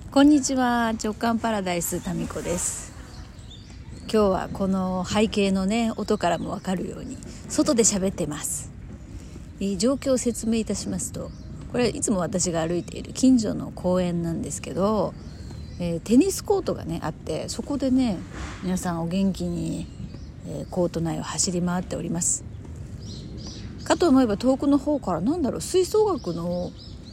こんにちは、直感パラダイスタミコです。今日はこの背景のね音からも分かるように外で喋ってます。状況を説明いたしますと、これいつも私が歩いている近所の公園なんですけど、テニスコートがねあって、そこでね皆さんお元気に、コート内を走り回っております。かと思えば遠くの方から吹奏楽の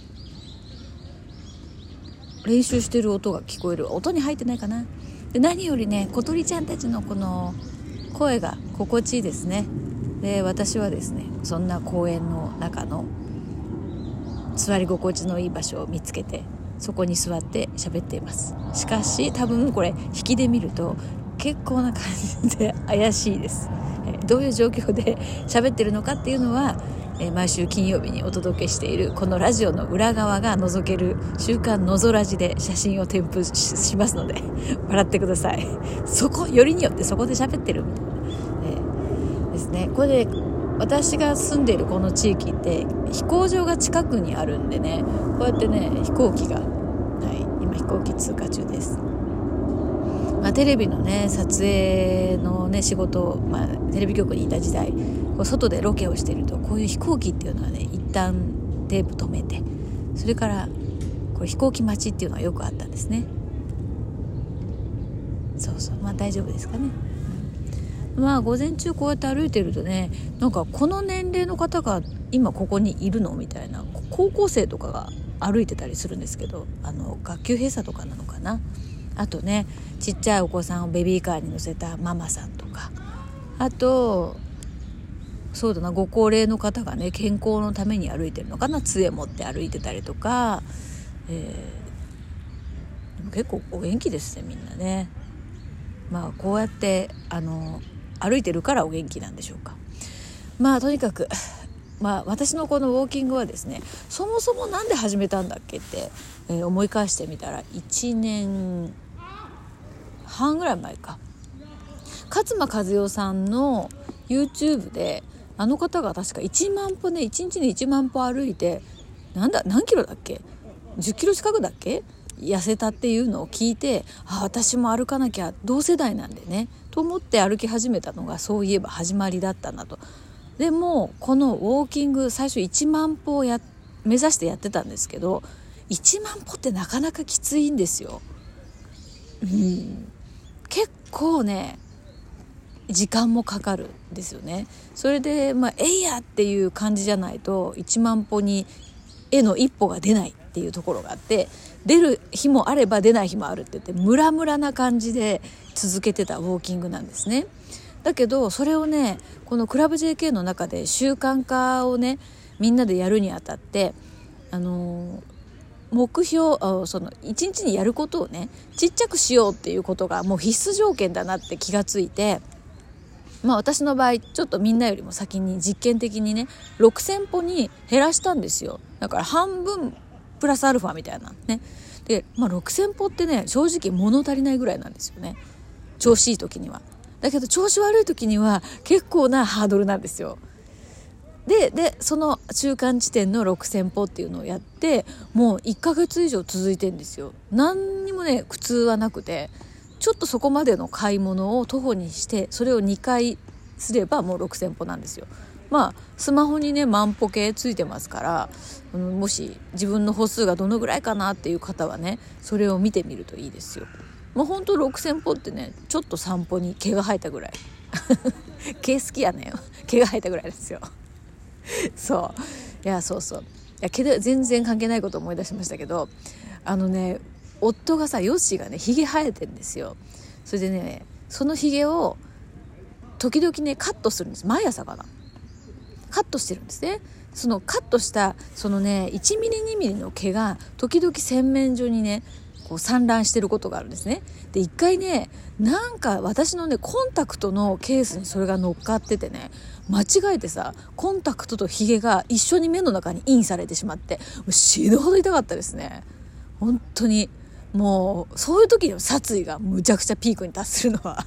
練習してる音が聞こえる。音に入ってないかな。で、何よりね小鳥ちゃんたちのこの声が心地いいですね。で、私はですねそんな公園の中の座り心地のいい場所を見つけて、そこに座って喋っています。しかし多分これ引きで見ると結構な感じで怪しいです。どういう状況で喋ってるのかっていうのは、毎週金曜日にお届けしているこのラジオの裏側が覗ける週刊のぞラジで写真を添付 しますので笑ってください。そこよりによってそこで喋ってるみたいな、ですね。これで私が住んでいるこの地域って飛行場が近くにあるんでね、こうやってね飛行機が、今飛行機通過中です。テレビのね撮影のね仕事を、テレビ局にいた時代、外でロケをしているとこういう飛行機っていうのはね一旦テープ止めて、それからこれ飛行機待ちっていうのはよくあったんですね。大丈夫ですかね。午前中こうやって歩いてるとね、この年齢の方が今ここにいるのみたいな高校生とかが歩いてたりするんですけど、学級閉鎖とかなのかな。あとねちっちゃいお子さんをベビーカーに乗せたママさんとか、あとご高齢の方がね健康のために歩いてるのかな、杖持って歩いてたりとか、結構お元気ですねみんなね。こうやって歩いてるからお元気なんでしょうか。とにかく私のこのウォーキングはですね、そもそもなんで始めたんだっけって、思い返してみたら1年半ぐらい前か。勝間和代さんの YouTube であの方が確か1万歩ね、1日に1万歩歩いて何キロだっけ、10キロ近くだっけ痩せたっていうのを聞いて、私も歩かなきゃ、同世代なんでねと思って歩き始めたのがそういえば始まりだったなと。でもこのウォーキング最初1万歩を目指してやってたんですけど、1万歩ってなかなかきついんですよ。結構ね時間もかかるんですよね。それでえいやっていう感じじゃないと1万歩にへの一歩が出ないっていうところがあって、出る日もあれば出ない日もあるって言ってムラムラな感じで続けてたウォーキングなんですね。だけどそれをねこのクラブ JK の中で習慣化をねみんなでやるにあたって、目標一日にやることをねちっちゃくしようっていうことがもう必須条件だなって気がついて、私の場合ちょっとみんなよりも先に実験的にね6000歩に減らしたんですよ。だから半分プラスアルファみたいなね。で、6000歩ってね正直物足りないぐらいなんですよね、調子いい時には。だけど調子悪い時には結構なハードルなんですよ。でその中間地点の6000歩っていうのをやってもう1ヶ月以上続いてるんですよ。何にもね苦痛はなくて、ちょっとそこまでの買い物を徒歩にしてそれを2回すればもう6000歩なんですよ。スマホにね万歩計ついてますから、もし自分の歩数がどのぐらいかなっていう方はねそれを見てみるといいですよ。本当6000歩ってねちょっと散歩に毛が生えたぐらい毛好きやねん毛が生えたぐらいですよ毛で全然関係ないことを思い出しましたけど、夫がヨッシーがねひげ生えてるんですよ。それでねそのひげを時々ねカットするんです。毎朝かなカットしてるんですね。そのカットしたそのね1ミリ2ミリの毛が時々洗面所にね散乱してることがあるんですね。で一回ね私のねコンタクトのケースにそれが乗っかっててね、間違えてコンタクトとヒゲが一緒に目の中にインされてしまって、もう死ぬほど痛かったですね。本当にもうそういう時の殺意がむちゃくちゃピークに達するのは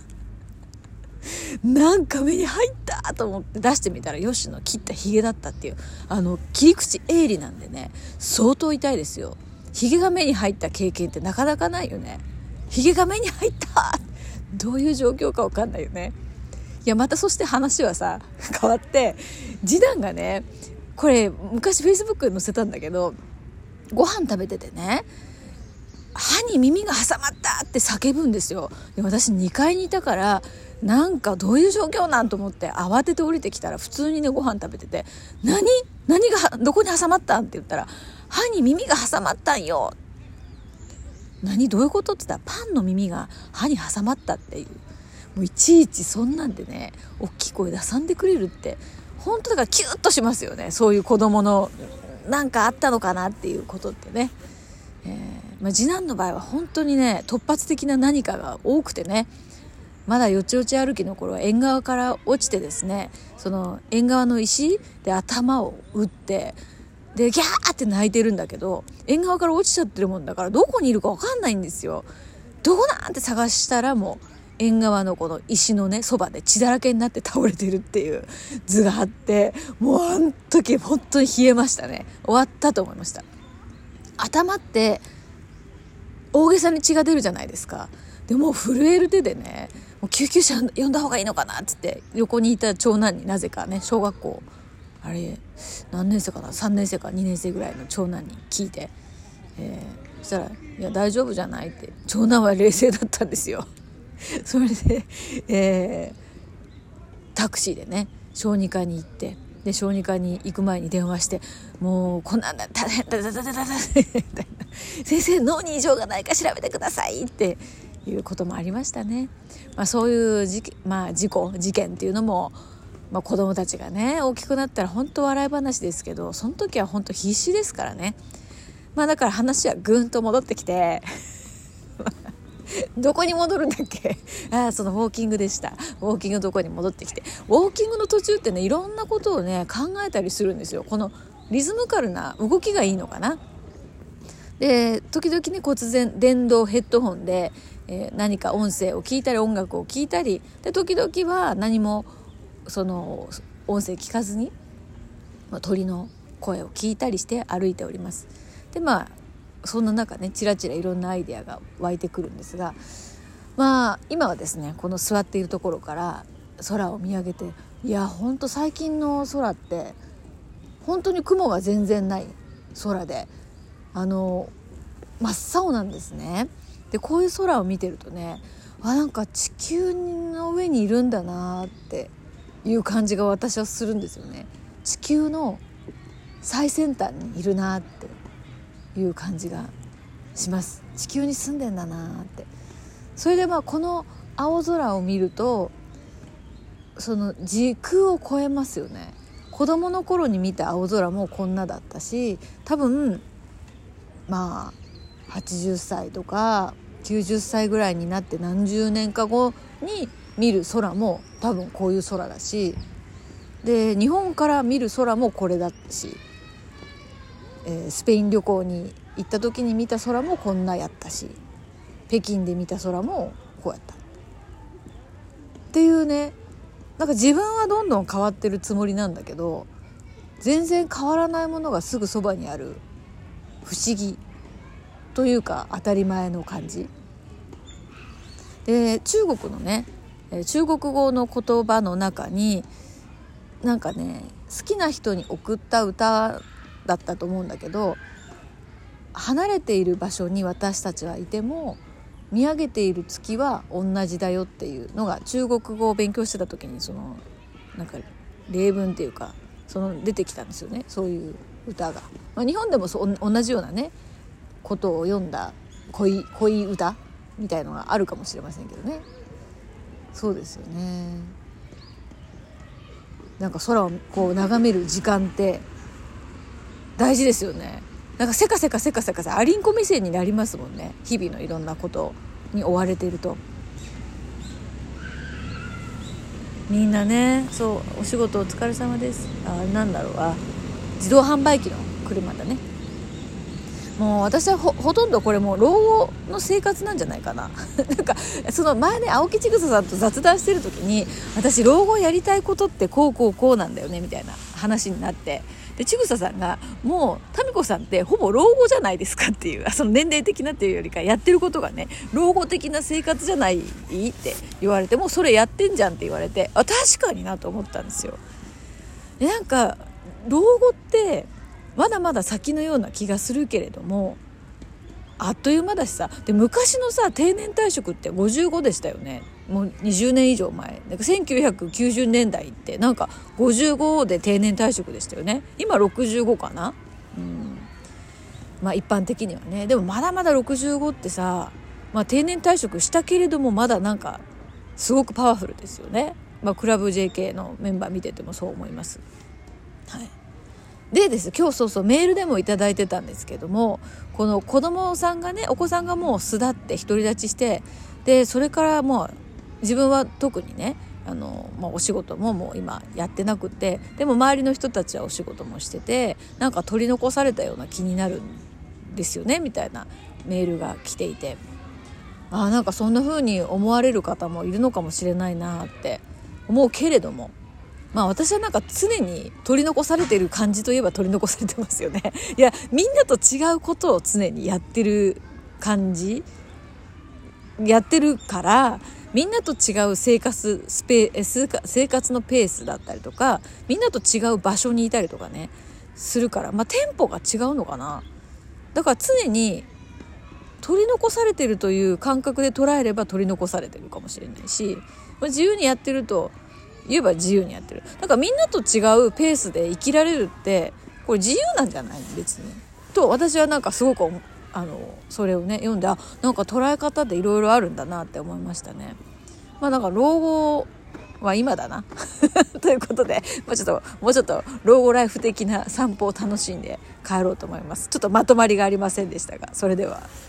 目に入ったと思って出してみたらヨシの切ったヒゲだったっていう、切り口鋭利なんでね相当痛いですよ。 ヒゲが目に入った経験ってなかなかないよね。ヒゲが目に入った、どういう状況か分かんないよね。いやまたそして話はさ変わって、次男がね、これ昔 Facebook に載せたんだけど、ご飯食べててね、歯に耳が挟まったって叫ぶんですよ。で私2階にいたから、なんかどういう状況なんと思って慌てて降りてきたら、普通にねご飯食べてて、何がどこに挟まったんって言ったら、歯に耳が挟まったんよ。どういうことって言ったら、パンの耳が歯に挟まったっていう。もういちいちそんなんでね、大きい声出さんでくれるって、本当だからキュッとしますよね。そういう子供のなんかあったのかなっていうことってね。次男の場合は本当にね、突発的な何かが多くてね、まだよちよち歩きの頃は縁側から落ちてですね、その縁側の石で頭を打って、でギャーって泣いてるんだけど、縁側から落ちちゃってるもんだからどこにいるか分かんないんですよ。どこなんて探したら、もう縁側のこの石のねそばで血だらけになって倒れてるっていう図があって、もうあの時本当に冷えましたね。終わったと思いました。頭って大げさに血が出るじゃないですか。でもう震える手でね、もう救急車呼んだ方がいいのかなっつって、横にいた長男になぜかね、小学校あれ何年生かな、3年生か2年生ぐらいの長男に聞いて、そしたらいや大丈夫じゃないって、長男は冷静だったんですよ。それで、タクシーでね小児科に行って、で小児科に行く前に電話して、もうこんなんだ大変だ先生脳に異常がないか調べてくださいっていうこともありましたね。そういう事件っていうのも、子供たちがね大きくなったら本当笑い話ですけど、その時は本当必死ですからね。だから話はぐんと戻ってきてどこに戻るんだっけ、そのウォーキングでした。ウォーキングのところに戻ってきて、ウォーキングの途中ってね、いろんなことをね考えたりするんですよ。このリズムカルな動きがいいのかな。で時々ね突然電動ヘッドホンで、何か音声を聞いたり音楽を聞いたりで、時々は何もその音声聞かずに、鳥の声を聞いたりして歩いております。でそんな中ね、ちらちらいろんなアイデアが湧いてくるんですが、今はですね、この座っているところから空を見上げて、いや本当最近の空って本当に雲が全然ない空で、真っ青なんですね。でこういう空を見てるとね、なんか地球の上にいるんだなっていう感じが私はするんですよね。地球の最先端にいるなっていう感じがします。地球に住んでんだなって。それでこの青空を見ると、その時空を超えますよね。子供の頃に見た青空もこんなだったし、多分80歳とか90歳ぐらいになって何十年か後に見る空も多分こういう空だし、で日本から見る空もこれだし、スペイン旅行に行った時に見た空もこんなやったし、北京で見た空もこうやったっていうね。なんか自分はどんどん変わってるつもりなんだけど、全然変わらないものがすぐそばにある不思議というか当たり前の感じで、中国のね、中国語の言葉の中になんかね、好きな人に送った歌だったと思うんだけど、離れている場所に私たちはいても見上げている月は同じだよっていうのが、中国語を勉強してた時になんか例文っていうか出てきたんですよね、そういう歌が。日本でも同じようなねことを読んだ恋歌みたいのがあるかもしれませんけどね。そうですよね。なんか空をこう眺める時間って大事ですよね。なんかせかせかアリンコ目線になりますもんね。日々のいろんなことに追われているとみんなね。お仕事お疲れ様です。自動販売機の車だね。もう私は ほとんどこれもう老後の生活なんじゃないかな。なんか前ね、青木千草さんと雑談してる時に、私老後やりたいことってこうなんだよねみたいな話になって、 でちぐささんがもうタミコさんってほぼ老後じゃないですかっていう、その年齢的なっていうよりかやってることがね老後的な生活じゃないって言われて、もうそれやってんじゃんって言われて、確かになと思ったんですよ。なんか老後ってまだまだ先のような気がするけれども、あっという間だしさ。で昔のさ定年退職って55でしたよね。もう20年以上前。なんか1990年代ってなんか55で定年退職でしたよね。今65かな。まあ一般的にはね。でもまだまだ65ってさ、まあ定年退職したけれどもまだなんかすごくパワフルですよね。まあクラブ JK のメンバー見ててもそう思います。はい。でです今日メールでもいただいてたんですけども、この子供さんがね、お子さんがもう巣立って独り立ちして、でそれからもう自分は特にねお仕事ももう今やってなくて、でも周りの人たちはお仕事もしてて、なんか取り残されたような気になるんですよねみたいなメールが来ていて、なんかそんな風に思われる方もいるのかもしれないなって思うけれども、私はなんか常に取り残されてる感じといえば取り残されてますよね。いやみんなと違うことを常にやってる感じやってるから、みんなと違う生活のペースだったりとか、みんなと違う場所にいたりとかねするから、テンポが違うのかな。だから常に取り残されてるという感覚で捉えれば取り残されてるかもしれないし、自由にやってると言えば自由にやってる。だからみんなと違うペースで生きられるってこれ自由なんじゃない別にと、私はなんかすごくそれをね読んで、なんか捉え方でいろいろあるんだなって思いましたね。なんか老後は今だなということで、もうちょっと老後ライフ的な散歩を楽しんで帰ろうと思います。ちょっとまとまりがありませんでしたが、それでは。